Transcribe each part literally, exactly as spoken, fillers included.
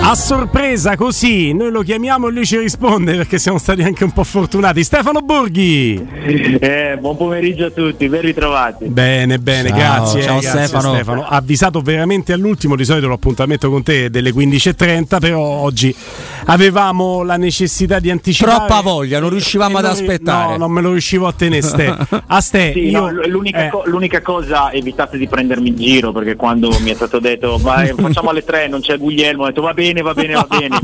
A sorpresa così, noi lo chiamiamo e lui ci risponde perché siamo stati anche un po' fortunati. Stefano Borghi. Eh, buon pomeriggio a tutti, ben ritrovati. Bene, bene, ciao, grazie. Ciao eh, grazie Stefano. Stefano. Avvisato veramente all'ultimo, di solito l'appuntamento con te è delle quindici e trenta, però oggi avevamo la necessità di anticipare. Troppa voglia, non riuscivamo ad non, aspettare. No, non me lo riuscivo a tenere, Ste. A Ste, sì, io, no, l'unica, eh. co- l'unica cosa, evitate di prendermi in giro, perché quando mi è stato detto vai, facciamo alle tre, non c'è Guglielmo, ho detto va bene, va bene, va bene.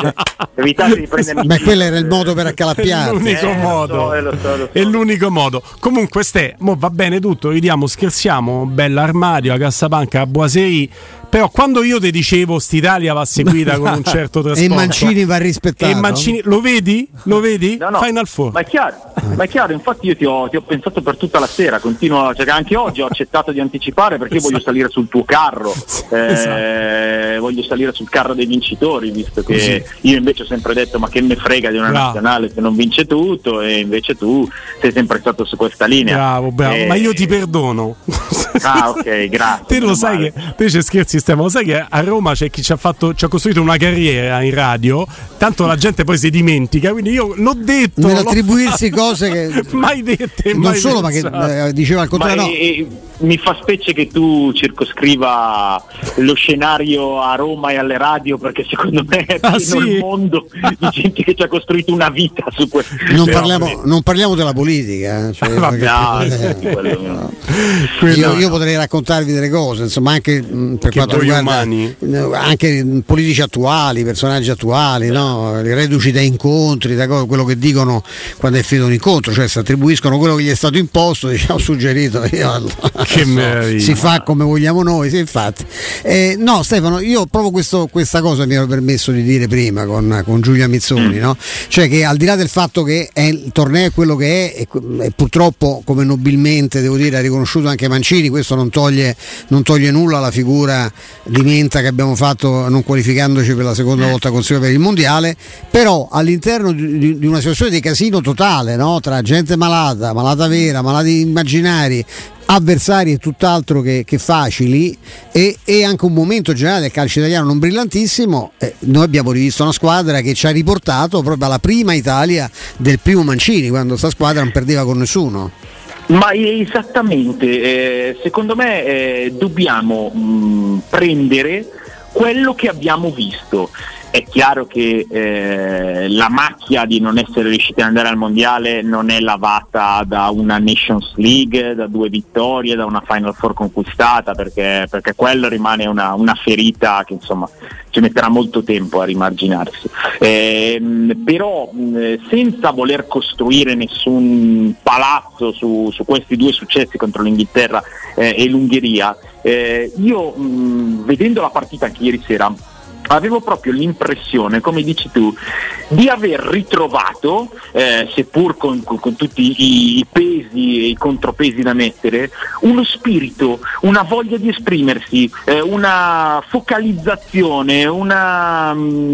Evitate di prendermi in Beh, giro. quello era il modo per accalappiarti. È l'unico Eh, lo modo. so, eh, lo so, lo so. È l'unico modo. Comunque, Ste, mo va bene tutto, ridiamo, scherziamo, bell'armadio, a cassapanca, a Boisei. Però quando io ti dicevo st'Italia va seguita con un certo trasporto E Mancini va rispettato. E Mancini, lo vedi? Lo vedi? No, no, Final Four. ma è chiaro, ma è chiaro, infatti io ti ho, ti ho pensato per tutta la sera, continuo, cioè anche oggi ho accettato di anticipare perché Esatto. voglio salire sul tuo carro, eh, Esatto. voglio salire sul carro dei vincitori, visto che Così. io invece ho sempre detto ma che me frega di una Bravo. nazionale se non vince tutto, e invece tu sei sempre stato su questa linea. Bravo, bravo, Eh, ma io ti perdono. Ah, ok, grazie. Te lo meno sai male. che te ci scherzi, Stefano, sai che a Roma c'è chi ci ha fatto ci ha costruito una carriera in radio, tanto la gente poi si dimentica, quindi io l'ho detto. Nell'attribuirsi cose che mai dette, non mai solo, ma che pensate. eh, diceva al Ma contrario. No. eh, eh, mi fa specie che tu circoscriva lo scenario a Roma e alle radio, perché secondo me è pieno Ah, sì? il mondo di gente che ci ha costruito una vita su questo. Non Però, parliamo, non parliamo della politica, eh, cioè, Vabbè, perché- no, eh, quello no. io, no. io potrei raccontarvi delle cose, insomma, anche mh, per Che quanto voi riguarda umani. eh, anche mh, politici attuali, personaggi attuali, no? Reduci da incontri, da co- quello che dicono quando è finito un incontro, cioè si attribuiscono quello che gli è stato imposto, diciamo suggerito. Io, Che meraviglia. si fa come vogliamo noi, sì, infatti. Eh, no, Stefano, io proprio questo, questa cosa mi ero permesso di dire prima con, con Giulia Mizzoni, no? Cioè che al di là del fatto che è, il torneo è quello che è, e, e purtroppo come nobilmente devo dire ha riconosciuto anche Mancini, questo non toglie, non toglie nulla alla figura di Menta che abbiamo fatto non qualificandoci per la seconda volta consecutiva per il mondiale, però all'interno di, di, di una situazione di casino totale, no? Tra gente malata, malata vera, malati immaginari, avversari e tutt'altro che, che facili, e, e anche un momento generale del calcio italiano non brillantissimo, eh, noi abbiamo rivisto una squadra che ci ha riportato proprio alla prima Italia del primo Mancini, quando sta squadra non perdeva con nessuno. Ma esattamente, eh, secondo me eh, dobbiamo mh, prendere quello che abbiamo visto. È chiaro che eh, la macchia di non essere riusciti ad andare al mondiale non è lavata da una Nations League, da due vittorie, da una Final Four conquistata, perché, perché quello rimane una, una ferita che insomma ci metterà molto tempo a rimarginarsi. Eh, però mh, senza voler costruire nessun palazzo su, su questi due successi contro l'Inghilterra eh, e l'Ungheria, eh, io mh, vedendo la partita anche ieri sera avevo proprio l'impressione, come dici tu, di aver ritrovato, eh, seppur con, con, con tutti i, i pesi e i contropesi da mettere, uno spirito, una voglia di esprimersi, eh, una focalizzazione, una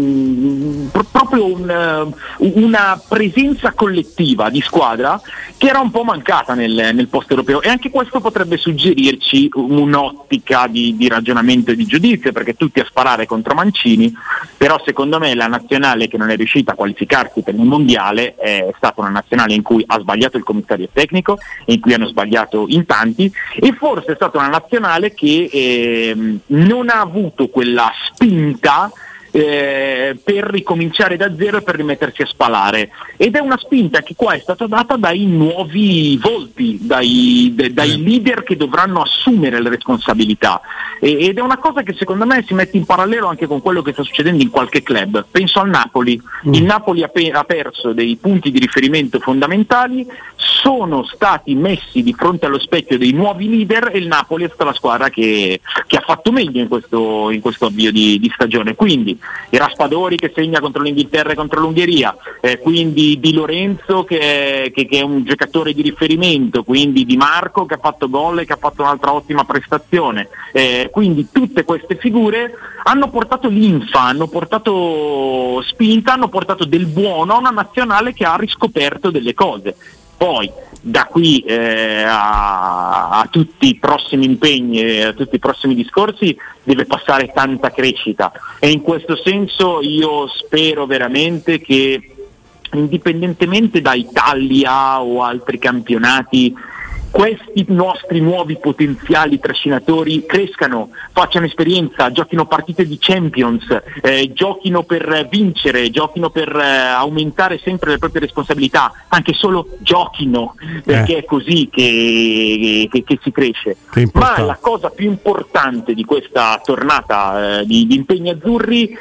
mh, pro- proprio un, una presenza collettiva di squadra che era un po' mancata nel, nel post europeo, e anche questo potrebbe suggerirci un'ottica di, di ragionamento e di giudizio, perché tutti a sparare contro Mancini. Però secondo me la nazionale che non è riuscita a qualificarsi per il mondiale è stata una nazionale in cui ha sbagliato il commissario tecnico, in cui hanno sbagliato in tanti, e forse è stata una nazionale che eh, non ha avuto quella spinta Eh, per ricominciare da zero e per rimettersi a spalare, ed è una spinta che qua è stata data dai nuovi volti, dai, de, dai leader che dovranno assumere le responsabilità, e, ed è una cosa che secondo me si mette in parallelo anche con quello che sta succedendo in qualche club. Penso al Napoli. mm. Il Napoli ha, pe- ha perso dei punti di riferimento fondamentali, sono stati messi di fronte allo specchio dei nuovi leader, e il Napoli è stata la squadra che, che ha fatto meglio in questo, in questo avvio di, di stagione. Quindi il Raspadori che segna contro l'Inghilterra e contro l'Ungheria, eh, quindi Di Lorenzo che, che, che è un giocatore di riferimento, quindi Di Marco che ha fatto gol e che ha fatto un'altra ottima prestazione, eh, quindi tutte queste figure hanno portato linfa, hanno portato spinta, hanno portato del buono a una nazionale che ha riscoperto delle cose. Poi da qui eh, a, a tutti i prossimi impegni, a tutti i prossimi discorsi deve passare tanta crescita, e in questo senso io spero veramente che, indipendentemente da Italia o altri campionati, questi nostri nuovi potenziali trascinatori crescano, facciano esperienza, giochino partite di Champions, eh, giochino per vincere, giochino per eh, aumentare sempre le proprie responsabilità, anche solo giochino, perché eh. è così che, che, che si cresce. Che Ma la cosa più importante di questa tornata eh, di, di impegni azzurri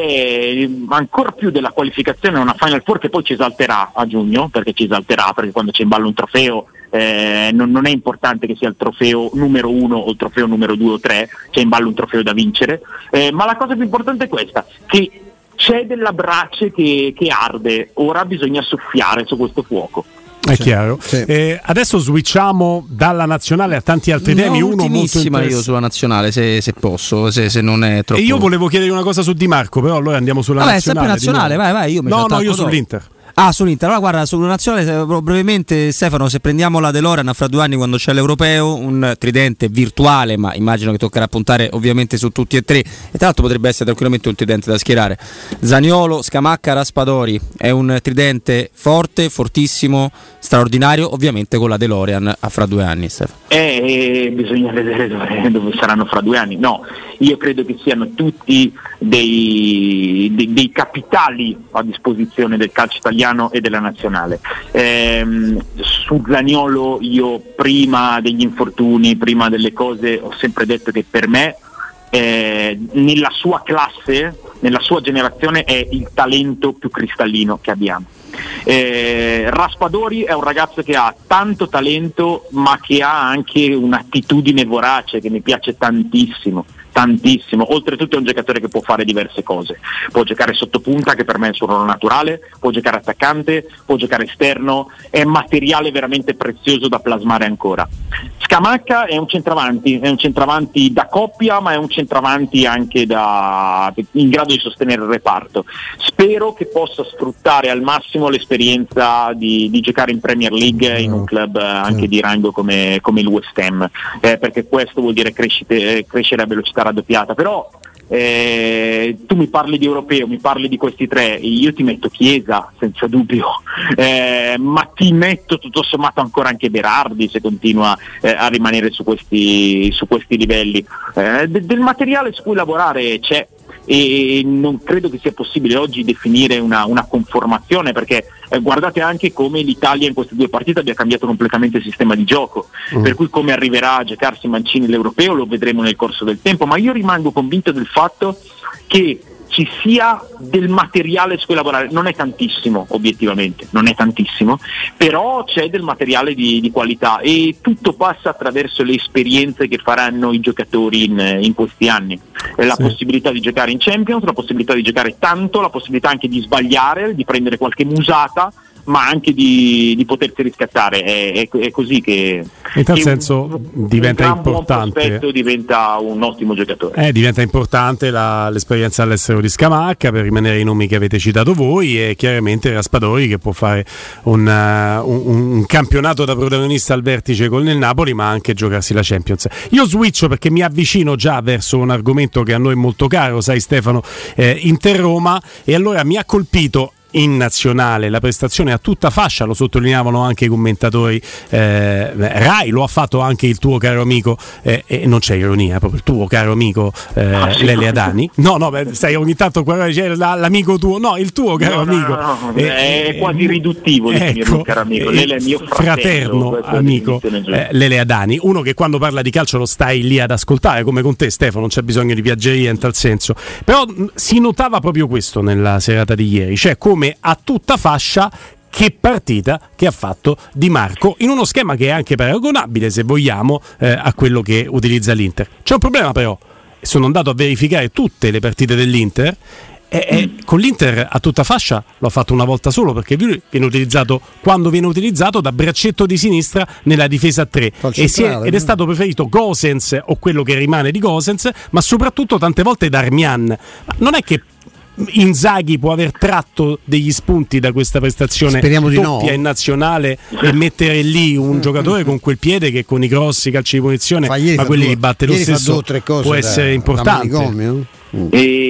è ancora più della qualificazione a una Final Four, che poi ci esalterà a giugno, perché ci esalterà, perché quando c'è in ballo un trofeo Eh, non, non è importante che sia il trofeo numero uno o il trofeo numero due o tre, c'è in ballo un trofeo da vincere, eh, ma la cosa più importante è questa, che c'è della brace che, che arde, ora bisogna soffiare su questo fuoco. È sì, chiaro. Sì. Eh, adesso switchiamo dalla nazionale a tanti altri no, temi. Uno molto io sulla nazionale, se, se posso, se, se non è troppo. E io volevo chiedere una cosa su Di Marco, però allora andiamo sulla Vabbè, nazionale. Vabbè, sempre nazionale, vai, vai. Io mi no, no, io sull'Inter. Ah, sull'Inter. Allora guarda, sulla nazionale brevemente, Stefano, se prendiamo la DeLorean fra due anni quando c'è l'Europeo, un tridente virtuale, ma immagino che toccherà puntare ovviamente su tutti e tre, e tra l'altro potrebbe essere tranquillamente un tridente da schierare. Zaniolo, Scamacca, Raspadori, è un tridente forte, fortissimo, straordinario, ovviamente con la DeLorean a fra due anni, Stefano. Eh, bisogna vedere dove, dove saranno fra due anni. No, io credo che siano tutti dei, dei, dei capitali a disposizione del calcio italiano e della nazionale. Eh, su Zaniolo io prima degli infortuni, prima delle cose, ho sempre detto che per me eh, nella sua classe, nella sua generazione è il talento più cristallino che abbiamo. Eh, Raspadori è un ragazzo che ha tanto talento, ma che ha anche un'attitudine vorace che mi piace tantissimo. Tantissimo, oltretutto è un giocatore che può fare diverse cose, può giocare sotto punta, che per me è il suo ruolo naturale, può giocare attaccante, può giocare esterno, è materiale veramente prezioso da plasmare ancora. Scamacca è un centravanti, è un centravanti da coppia, ma è un centravanti anche da, in grado di sostenere il reparto. Spero che possa sfruttare al massimo l'esperienza di, di giocare in Premier League in un club anche di rango come, come il West Ham, eh, perché questo vuol dire crescite, crescere a velocità raddoppiata. Però eh, tu mi parli di europeo, mi parli di questi tre, io ti metto Chiesa senza dubbio, eh, ma ti metto tutto sommato ancora anche Berardi se continua eh, a rimanere su questi, su questi livelli. Eh, de- del materiale su cui lavorare c'è, e non credo che sia possibile oggi definire una, una conformazione, perché eh, guardate anche come l'Italia in queste due partite abbia cambiato completamente il sistema di gioco, mm. per cui come arriverà a giocarsi Mancini l'Europeo lo vedremo nel corso del tempo, ma io rimango convinto del fatto che ci sia del materiale su cui lavorare. Non è tantissimo, obiettivamente, non è tantissimo, però c'è del materiale di, di qualità, e tutto passa attraverso le esperienze che faranno i giocatori in, in questi anni. La sì. possibilità di giocare in Champions, la possibilità di giocare tanto, la possibilità anche di sbagliare, di prendere qualche musata, ma anche di, di potersi riscattare. È, è, è così che in tal che senso un, diventa un importante, buon diventa un ottimo giocatore. Eh, diventa importante la, l'esperienza all'estero di Scamacca, per rimanere i nomi che avete citato voi, e chiaramente Raspadori che può fare un, uh, un, un campionato da protagonista al vertice con il Napoli, ma anche giocarsi la Champions. Io switcho perché mi avvicino già verso un argomento che a noi è molto caro, sai Stefano, eh, Inter-Roma, e allora mi ha colpito in nazionale la prestazione a tutta fascia, lo sottolineavano anche i commentatori, eh, Rai, lo ha fatto anche il tuo caro amico, eh, e non c'è ironia, proprio il tuo caro amico eh, ah, sì, Lele Adani, no no beh, sai, ogni tanto c'è l'amico tuo, no il tuo caro no, amico, no, no, eh, è quasi riduttivo di ecco, mio caro amico, Lele è mio fratello, fraterno amico, eh, Lele Adani, uno che quando parla di calcio lo stai lì ad ascoltare, come con te Stefano, non c'è bisogno di piaggeria in tal senso, però mh, si notava proprio questo nella serata di ieri, cioè come a tutta fascia che partita che ha fatto Di Marco, in uno schema che è anche paragonabile, se vogliamo, eh, a quello che utilizza l'Inter. C'è un problema però, sono andato a verificare tutte le partite dell'Inter, e, e con l'Inter a tutta fascia lo ha fatto una volta solo, perché lui viene utilizzato quando viene utilizzato da braccetto di sinistra nella difesa a tre, e si è, ed è stato preferito Gosens o quello che rimane di Gosens, ma soprattutto tante volte Darmian. Ma non è che Inzaghi può aver tratto degli spunti da questa prestazione Speriamo di doppia no. in nazionale e mettere lì un giocatore con quel piede che con i grossi calci di punizione Fa- ma ieri fa quelli due- li batte lo ieri fa stesso, due o tre cose può da- essere da importante. manicomio. Mm.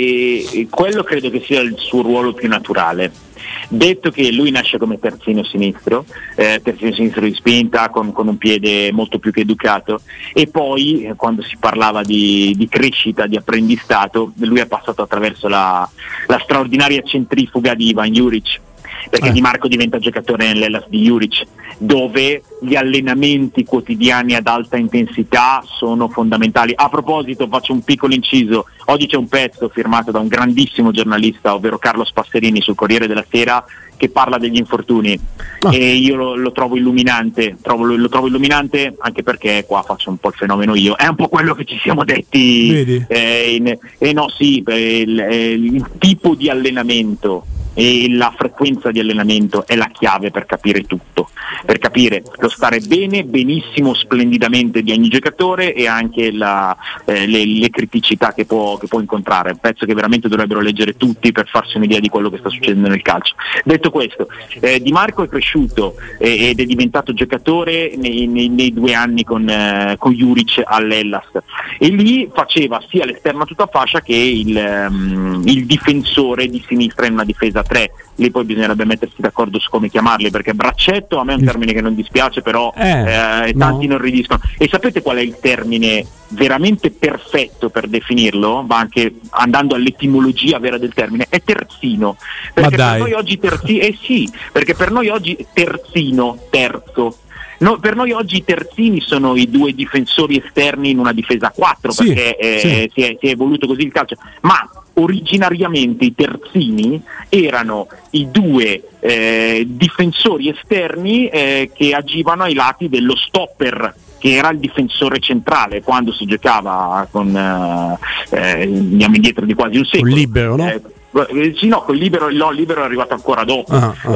E e quello credo che sia il suo ruolo più naturale. Detto che lui nasce come terzino sinistro, eh, terzino sinistro di spinta, con, con un piede molto più che educato, e poi eh, quando si parlava di, di crescita, di apprendistato, lui è passato attraverso la, la straordinaria centrifuga di Ivan Juric, perché Eh. Di Marco diventa giocatore nell'Hellas di Juric, dove gli allenamenti quotidiani ad alta intensità sono fondamentali. A proposito, faccio un piccolo inciso, oggi c'è un pezzo firmato da un grandissimo giornalista, ovvero Carlos Passerini, sul Corriere della Sera, che parla degli infortuni, Ah. e io lo, lo trovo illuminante, trovo, lo trovo illuminante anche perché qua faccio un po' il fenomeno io, è un po' quello che ci siamo detti. Vedi? Eh, in, eh no sì, eh, il, eh, il tipo di allenamento e la frequenza di allenamento è la chiave per capire tutto, per capire lo stare bene, benissimo, splendidamente di ogni giocatore, e anche la, eh, le, le criticità che può, che può incontrare. Penso che veramente dovrebbero leggere tutti per farsi un'idea di quello che sta succedendo nel calcio. Detto questo, eh, Di Marco è cresciuto eh, ed è diventato giocatore nei, nei, nei due anni con, eh, con Juric all'Hellas, e lì faceva sia l'esterno a tutta fascia che il, um, il difensore di sinistra in una difesa tre. Lì poi bisognerebbe mettersi d'accordo su come chiamarli, perché braccetto a me è un termine che non dispiace, però Eh, eh, no. tanti non ridiscono. E sapete qual è il termine veramente perfetto per definirlo? Ma anche andando all'etimologia vera del termine, è terzino. Perché Ma per dai. noi oggi terzino, eh sì, perché per noi oggi terzino, terzo. No, per noi oggi i terzini sono i due difensori esterni in una difesa a quattro, Sì, perché eh, sì. si, è, si è evoluto così il calcio, ma originariamente i terzini erano i due eh, difensori esterni eh, che agivano ai lati dello stopper, che era il difensore centrale quando si giocava con eh, eh, andiamo indietro di quasi un secolo. Un libero, no? Eh, Eh, sì, no, col libero, no, il libero è arrivato ancora dopo. Ah, ah.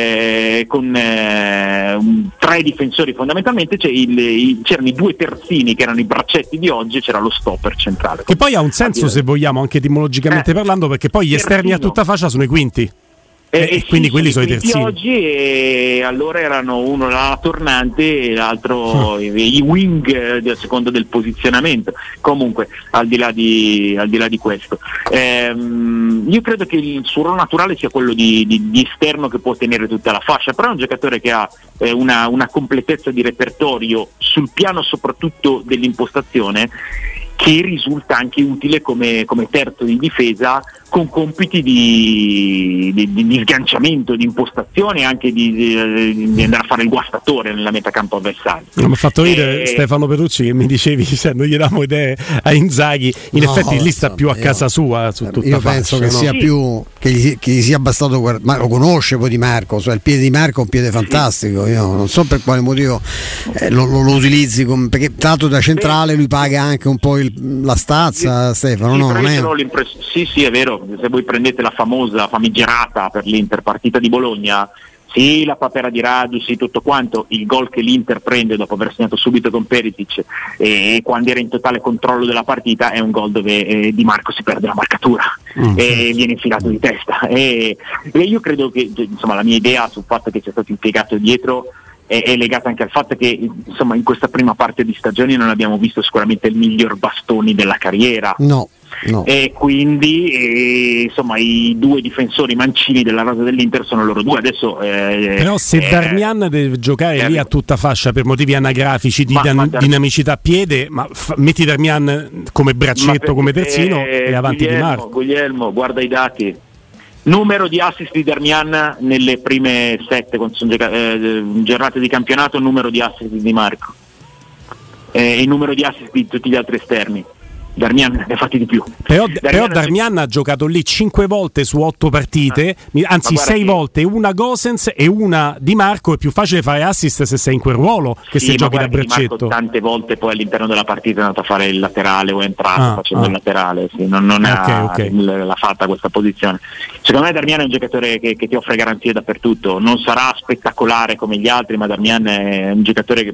Eh, con eh, un- tre difensori fondamentalmente, c'è il- i- c'erano i due terzini che erano i braccetti di oggi, e c'era lo stopper centrale. Che poi ha un senso, se vogliamo, anche etimologicamente Eh, parlando, perché poi gli esterni a terzino. tutta fascia sono i quinti. Eh, E eh, quindi sì, quelli sono i quinti terzini. oggi, e allora erano uno la tornante e l'altro i, i wing, eh, a seconda del posizionamento. Comunque, al di là di, al di là di questo, ehm, io credo che il suo ruolo naturale sia quello di, di, di esterno che può tenere tutta la fascia, però è un giocatore che ha eh, una, una completezza di repertorio sul piano soprattutto dell'impostazione, che risulta anche utile come, come terzo di difesa, con compiti di, di, di, di sganciamento, di impostazione, e anche di, di, di andare a fare il guastatore nella metacampo avversario. Mi ha fatto ridere Eh, Stefano Petrucci che mi dicevi se non gli diamo idee a Inzaghi, in No, effetti lì sta insomma, più a io- casa sua su tutta Io fascia, penso che no? sia Sì. più che gli, che gli sia bastato guard- ma lo conosce poi Di Marco, cioè il piede di Marco è un piede fantastico. Io non so per quale motivo eh, lo, lo- lo utilizzi come, perché tanto da centrale lui paga anche un po' il- la stazza, Stefano. Sì, No, però non io è. ce l'ho l'impress- sì, sì, è vero. Se voi prendete la famosa, famigerata per l'Inter partita di Bologna, sì, la papera di Radu, sì, tutto quanto, il gol che l'Inter prende dopo aver segnato subito con Perisic e quando era in totale controllo della partita, è un gol dove eh, Di Marco si perde la marcatura Mm, e viene infilato di testa. E, e io credo che, insomma, la mia idea sul fatto che sia stato impiegato dietro è, è legata anche al fatto che, insomma, in questa prima parte di stagione non abbiamo visto sicuramente il miglior bastoni della carriera. No, no. E quindi eh, insomma i due difensori mancini della rosa dell'Inter sono loro due adesso. eh, Però se eh, Darmian deve giocare eh, lì a tutta fascia per motivi anagrafici di Ma- dan- ma Dar- dinamicità a piede, ma fa- metti Darmian come ma braccetto, perché, come terzino eh, e avanti Guglielmo, Di Marco. Guglielmo, guarda i dati. Numero di assist di Darmian nelle prime sette quando sono gioca- eh, giornate di campionato, numero di assist di Di Marco, eh, il numero di assist di tutti gli altri esterni. Darmian ne ha fatti di più. Però, Darmian però ha- Darmian ha giocato lì cinque volte su otto partite, mi- anzi Ma guarda sei che- volte, una Gosens e una Di Marco. È più facile fare assist se sei in quel ruolo che Sì, se ma giochi da guarda che Di Marco braccetto. tante volte poi all'interno della partita è andato a fare il laterale o è entrato Ah, facendo ah. il laterale, sì, non, non Ok, ha ok. l- l'ha fatta questa posizione. Secondo me Darmian è un giocatore che, che ti offre garanzie dappertutto, non sarà spettacolare come gli altri, ma Darmian è un giocatore che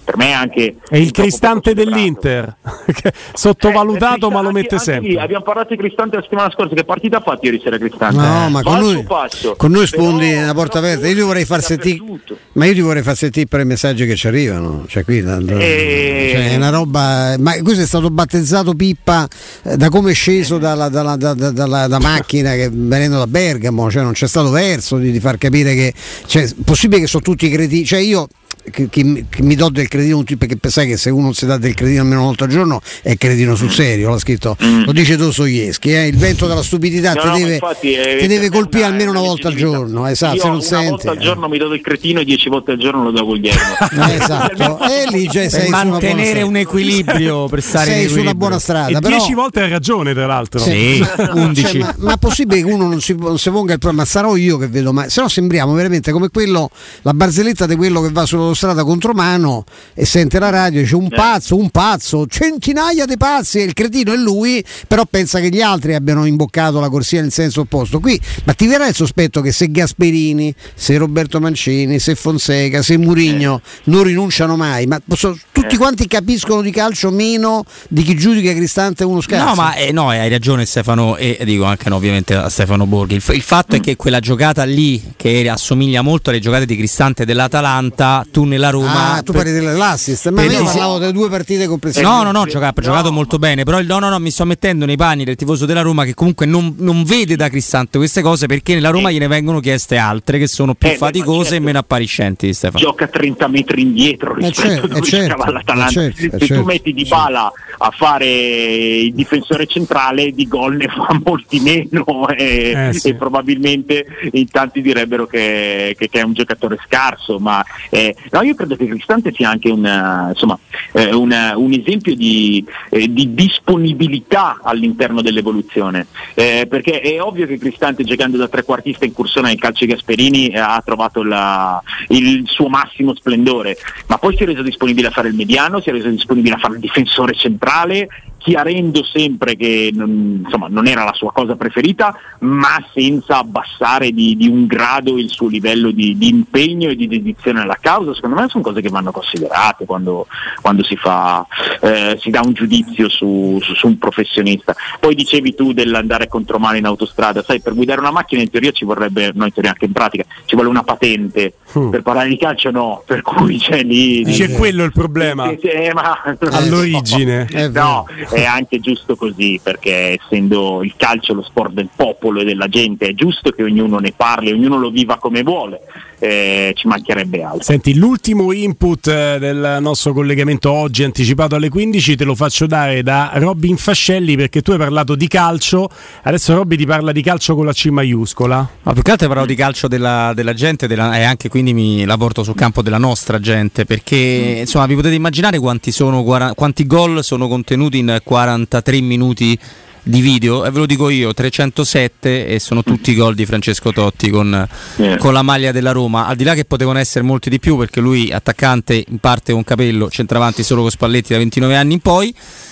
per me è anche è il Cristante dell'Inter sottovalutato, eh, ma lo mette anche sempre. Lì, abbiamo parlato di Cristante la settimana scorsa, che partita ha fatto ieri sera Cristante? No, eh. ma con noi, passo. con noi sfondi una porta aperta. Io ti vorrei far sentire, ma io ti vorrei far sentire per i messaggi che ci arrivano, cioè qui da, da, e... cioè, è una roba, ma questo è stato battezzato Pippa eh, da come è sceso dalla, dalla, da, da, dalla, da macchina che venendo da Bergamo, cioè non c'è stato verso di, di far capire che, cioè, è possibile che sono tutti cretini, cioè io Che, che, che mi do del cretino, perché sai che se uno si dà del cretino almeno una volta al giorno è cretino sul serio, l'ha scritto, mm. lo dice Dostoevskij, eh? Il vento della stupidità no, ti, no, deve, infatti, ti deve colpire una, almeno una volta al giorno, esatto. Io se non una senti, volta al eh. giorno mi do del cretino e dieci volte al giorno lo do Guglielmo. eh, esatto, e lì già sei mantenere un equilibrio per stare sei su una buona strada, e però... dieci volte hai ragione tra l'altro, sì, undici. Cioè, ma, ma è possibile che uno non si, non si ponga il problema, ma sarò io che vedo, ma se no sembriamo veramente come quello, la barzelletta di quello che va sulla strada contro mano e sente la radio, dice un pazzo, un pazzo, centinaia di pazzi, e il cretino è lui, però pensa che gli altri abbiano imboccato la corsia nel senso opposto. Qui, ma ti verrà il sospetto che se Gasperini, se Roberto Mancini, se Fonseca, se Mourinho eh. non rinunciano mai, ma posso, tutti eh. quanti capiscono di calcio meno di chi giudica Cristante uno scarso? No, ma eh, no, hai ragione Stefano, e dico anche no, ovviamente a Stefano Borghi. Il, il fatto mm. è che quella giocata lì, che assomiglia molto alle giocate di Cristante dell'Atalanta, tu nella Roma... Ah, tu parli dell'assist, ma io parlavo delle due partite complessive. No, no, no, ha giocato molto bene, però il, no, no, no, mi sto mettendo nei panni del tifoso della Roma che comunque non, non vede da Cristante queste cose, perché nella Roma eh. gliene vengono chieste altre che sono più eh, faticose certo. e meno appariscenti. Stefano gioca trenta metri indietro rispetto eh certo, a dove certo, giocava l'Atalanta. Certo, se certo, tu metti Dybala a fare il difensore centrale, di gol ne fa molti meno e, eh, sì. e probabilmente in tanti direbbero che, che, che è un giocatore scarso, ma eh, no, io credo che Cristante sia anche una, insomma, eh, una, un esempio di, eh, di disponibilità all'interno dell'evoluzione, eh, perché è ovvio che Cristante, giocando da trequartista incursione nel calcio di Gasperini, eh, ha trovato la, il suo massimo splendore, ma poi si è reso disponibile a fare il mediano, si è reso disponibile a fare il difensore centrale, chiarendo sempre che non, insomma, non era la sua cosa preferita, ma senza abbassare di, di un grado il suo livello di, di impegno e di dedizione alla causa. Secondo me sono cose che vanno considerate quando, quando si fa eh, si dà un giudizio su, su, su un professionista. Poi dicevi tu dell'andare contromano in autostrada, sai, per guidare una macchina in teoria ci vorrebbe, no in teoria anche in pratica, ci vuole una patente, mm. per parlare di calcio no, per cui c'è lì... Dice eh, quello è il problema, eh, eh, ma, all'origine. No, no, è anche giusto così, perché essendo il calcio lo sport del popolo e della gente è giusto che ognuno ne parli, ognuno lo viva come vuole, eh, ci mancherebbe altro. Senti, l'ultimo input del nostro collegamento oggi anticipato alle quindici te lo faccio dare da Robby Infascelli, perché tu hai parlato di calcio, adesso Robby ti parla di calcio con la C maiuscola. Ma più che altro parlo di calcio della, della gente della, e anche quindi mi la porto sul campo della nostra gente, perché mm. insomma vi potete immaginare quanti sono quanti gol sono contenuti in quarantatré minuti di video, e ve lo dico io, trecentosette, e sono tutti gol di Francesco Totti con, yeah. con la maglia della Roma, al di là che potevano essere molti di più, perché lui attaccante in parte con Capello, centravanti solo con Spalletti da ventinove anni in poi.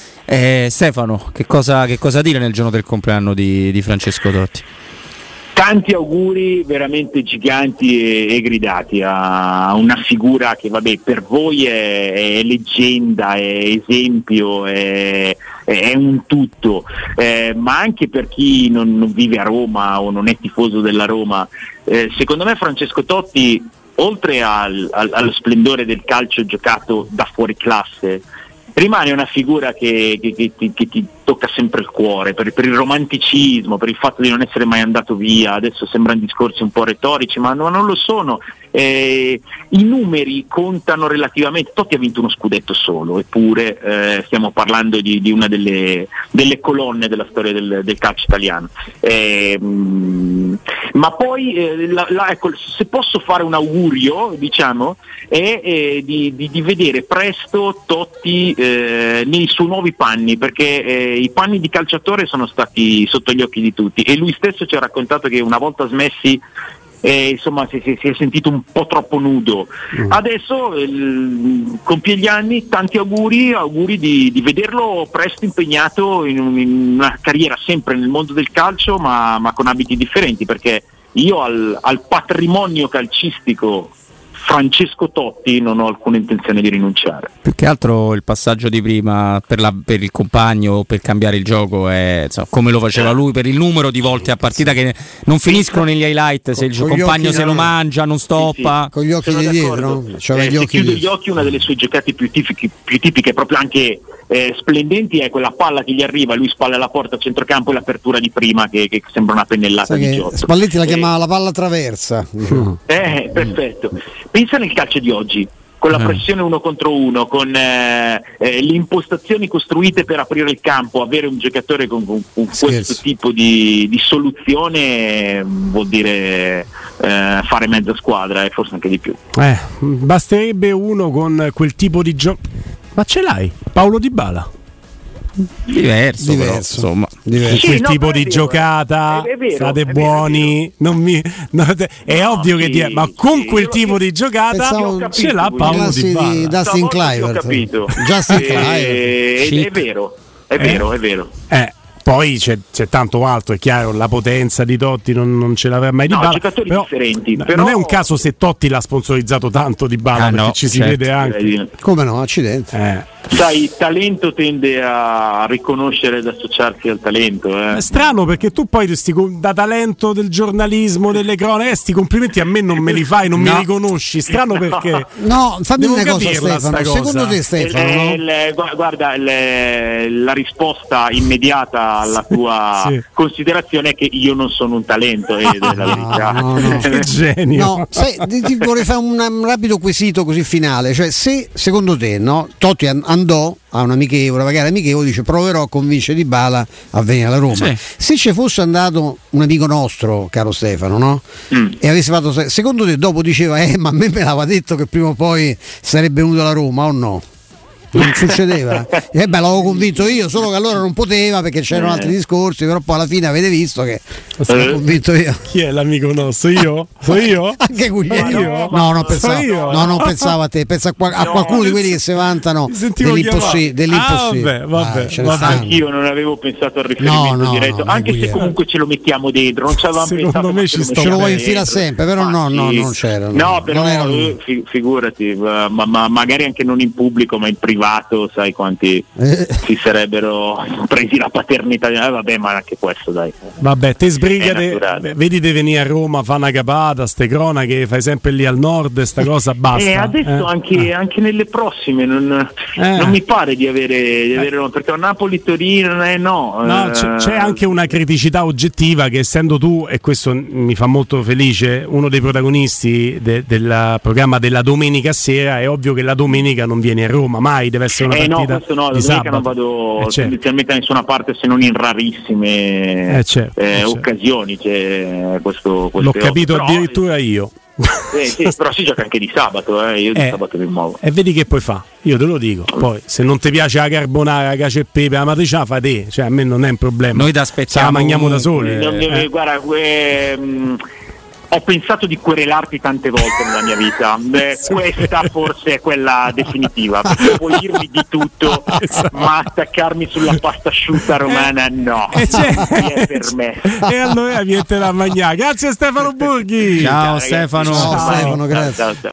eh, Stefano, che cosa, che cosa dire nel giorno del compleanno di, di Francesco Totti? Tanti auguri veramente giganti e, e gridati a una figura che vabbè per voi è, è leggenda, è esempio, è, è un tutto, eh, ma anche per chi non, non vive a Roma o non è tifoso della Roma, eh, secondo me Francesco Totti, oltre al, al, allo splendore del calcio giocato da fuori classe, rimane una figura che, che, che, ti, che ti tocca sempre il cuore, per, per il romanticismo, per il fatto di non essere mai andato via. Adesso sembrano discorsi un po' retorici, ma no, non lo sono. Eh, i numeri contano relativamente. Totti ha vinto uno scudetto solo, eppure eh, stiamo parlando di, di una delle, delle colonne della storia del, del calcio italiano. Eh, mh, ma poi eh, la, la, ecco, se posso fare un augurio, diciamo, è eh, di, di, di vedere presto Totti eh, nei suoi nuovi panni, perché eh, i panni di calciatore sono stati sotto gli occhi di tutti, e lui stesso ci ha raccontato che una volta smessi eh, insomma si, si, si è sentito un po' troppo nudo. mm. Adesso eh, compie gli anni, tanti auguri auguri di, di vederlo presto impegnato in, un, in una carriera sempre nel mondo del calcio, ma, ma con abiti differenti, perché io al, al patrimonio calcistico Francesco Totti non ho alcuna intenzione di rinunciare. Più che altro il passaggio di prima per, la, per il compagno, per cambiare il gioco, è insomma, come lo faceva lui, per il numero di volte a partita che non finiscono negli highlight, se il compagno se lo mangia, non stoppa. Sì, sì. Con gli occhi Sono di dietro, d'accordo. no? Cioè, Eh, gli se occhi chiude dietro. gli occhi, una delle sue giocate più tipiche, più tipiche proprio anche eh, splendenti, è quella palla che gli arriva, lui spalla la porta a centrocampo e l'apertura di prima che, che sembra una pennellata Sai di che Giotto. Spalletti la Eh, chiamava la palla traversa. Eh, perfetto. Pensa nel calcio di oggi, con la pressione uno contro uno, con eh, eh, le impostazioni costruite per aprire il campo, avere un giocatore con, con, con questo Scherzo. tipo di, di soluzione mh, vuol dire eh, fare mezza squadra e forse anche di più. Eh, basterebbe uno con quel tipo di gioco. Ma ce l'hai? Paolo Dybala. Diverso, Diverso. però, insomma. Diverso. Sì, Quel no, tipo però è di vero, giocata, è- è vero, state è vero, buoni, non mi, no, te- è No, ovvio che sì, di- ma con sì, quel io- tipo io di giocata pensavo- ce l'ha capito, Paolo classi Dybala. di Dustin Stavolta sì, ho Kluivert. capito. Justin Eh, Kluivert. ed Chic. è vero, è Eh? vero, è vero. Eh, poi c'è, c'è tanto altro, è chiaro, la potenza di Totti non, non ce l'aveva mai No, Dybala. giocatori però, differenti, no, però- non è un caso se Totti l'ha sponsorizzato tanto Dybala, Ah, perché no, ci si certo. vede anche. Direi di- Come no, accidenti. Eh. Sai, il talento tende a riconoscere ed associarsi al talento. Eh. È strano perché tu poi sti, com- da talento del giornalismo, delle cronache, sti complimenti a me non me li fai, non No. mi riconosci. Strano perché. No, fammi Devo una cosa capirla Stefano, sta secondo cosa. te Stefano, Il- no? il- gu- guarda, il- la risposta immediata alla tua Sì. considerazione è che io non sono un talento, ed è la verità. no, no. Che genio. No, sai, ti, ti vorrei fare un, un rapido quesito così finale, cioè se secondo te no, Totti an- andò a un amichevole, magari amichevole, dice proverò a convincere Dybala a venire alla Roma. Sì. Se ci fosse andato un amico nostro, caro Stefano, no? Mm. E avesse fatto, secondo te dopo diceva eh ma a me me l'aveva detto che prima o poi sarebbe venuto alla Roma o no? Non succedeva? Eh beh, l'avevo convinto io, solo che allora non poteva perché c'erano Eh. altri discorsi, però poi alla fine avete visto che sono convinto io. Chi è l'amico nostro? Io? So io? Anche Guglielmo. Io? No, non So pensavo, io? no, non pensavo a te, pensa a, qual- a No, qualcuno di mi quelli che si vantano mi sentivo dell'impossi- chiamato. dell'impossibile. Ah, vabbè, vabbè, Ah, ce ne vabbè. stanno. Anch'io non avevo pensato al riferimento No, no, diretto, no, ma anche se Guglielmo. comunque ce lo mettiamo dentro, non ci avevamo Secondo pensato. me ma ci lo sto mettiamo Ce lo vuoi dentro. infilare sempre, però Ma no, no, sì. non c'era, no. No, però Non era lui. eh, fi- figurati, ma, ma magari anche non in pubblico, ma in privato, sai quanti Eh, si sarebbero presi la paternità. Eh, vabbè, ma anche questo, dai. Vabbè, te È sbrigate, naturale. vedi di venire a Roma, fa una capata, ste cronache, fai sempre lì al nord, sta cosa, basta. E adesso eh. anche, anche nelle prossime non, Eh. non mi pare di avere, di avere perché a Napoli-Torino eh, no. No, eh, c'è, c'è anche una criticità oggettiva che essendo tu, e questo mi fa molto felice, uno dei protagonisti de- del programma della domenica sera, è ovvio che la domenica non vieni a Roma, mai, deve essere una Eh no, partita questo no, la di domenica sabato. non vado Eh, certo. tendenzialmente da nessuna parte se non in rarissime Eh, certo, eh, eh, certo. occasioni. C'è questo, L'ho queste capito ore. Però, addirittura io. eh, sì, però si gioca anche di sabato, eh, io di Eh, sabato mi muovo. E vedi che poi fa, io te lo dico. Poi se non ti piace la carbonara, la cacio e pepe, la matriciana, fa te, cioè a me non è un problema. Noi ti Ce la aspettiamo mangiamo da comunque. soli. Non mi- Eh. Guarda, ehm, ho pensato di querelarti tante volte nella mia vita. Beh, questa forse è quella definitiva, perché puoi dirmi di tutto, Esatto. ma attaccarmi sulla pasta asciutta romana no, E c'è- non è per me. E allora viene la mangiare. Grazie a Stefano Borghi. Ciao ragazzi. Stefano. Ciao, Stefano, grazie. Ciao, ciao.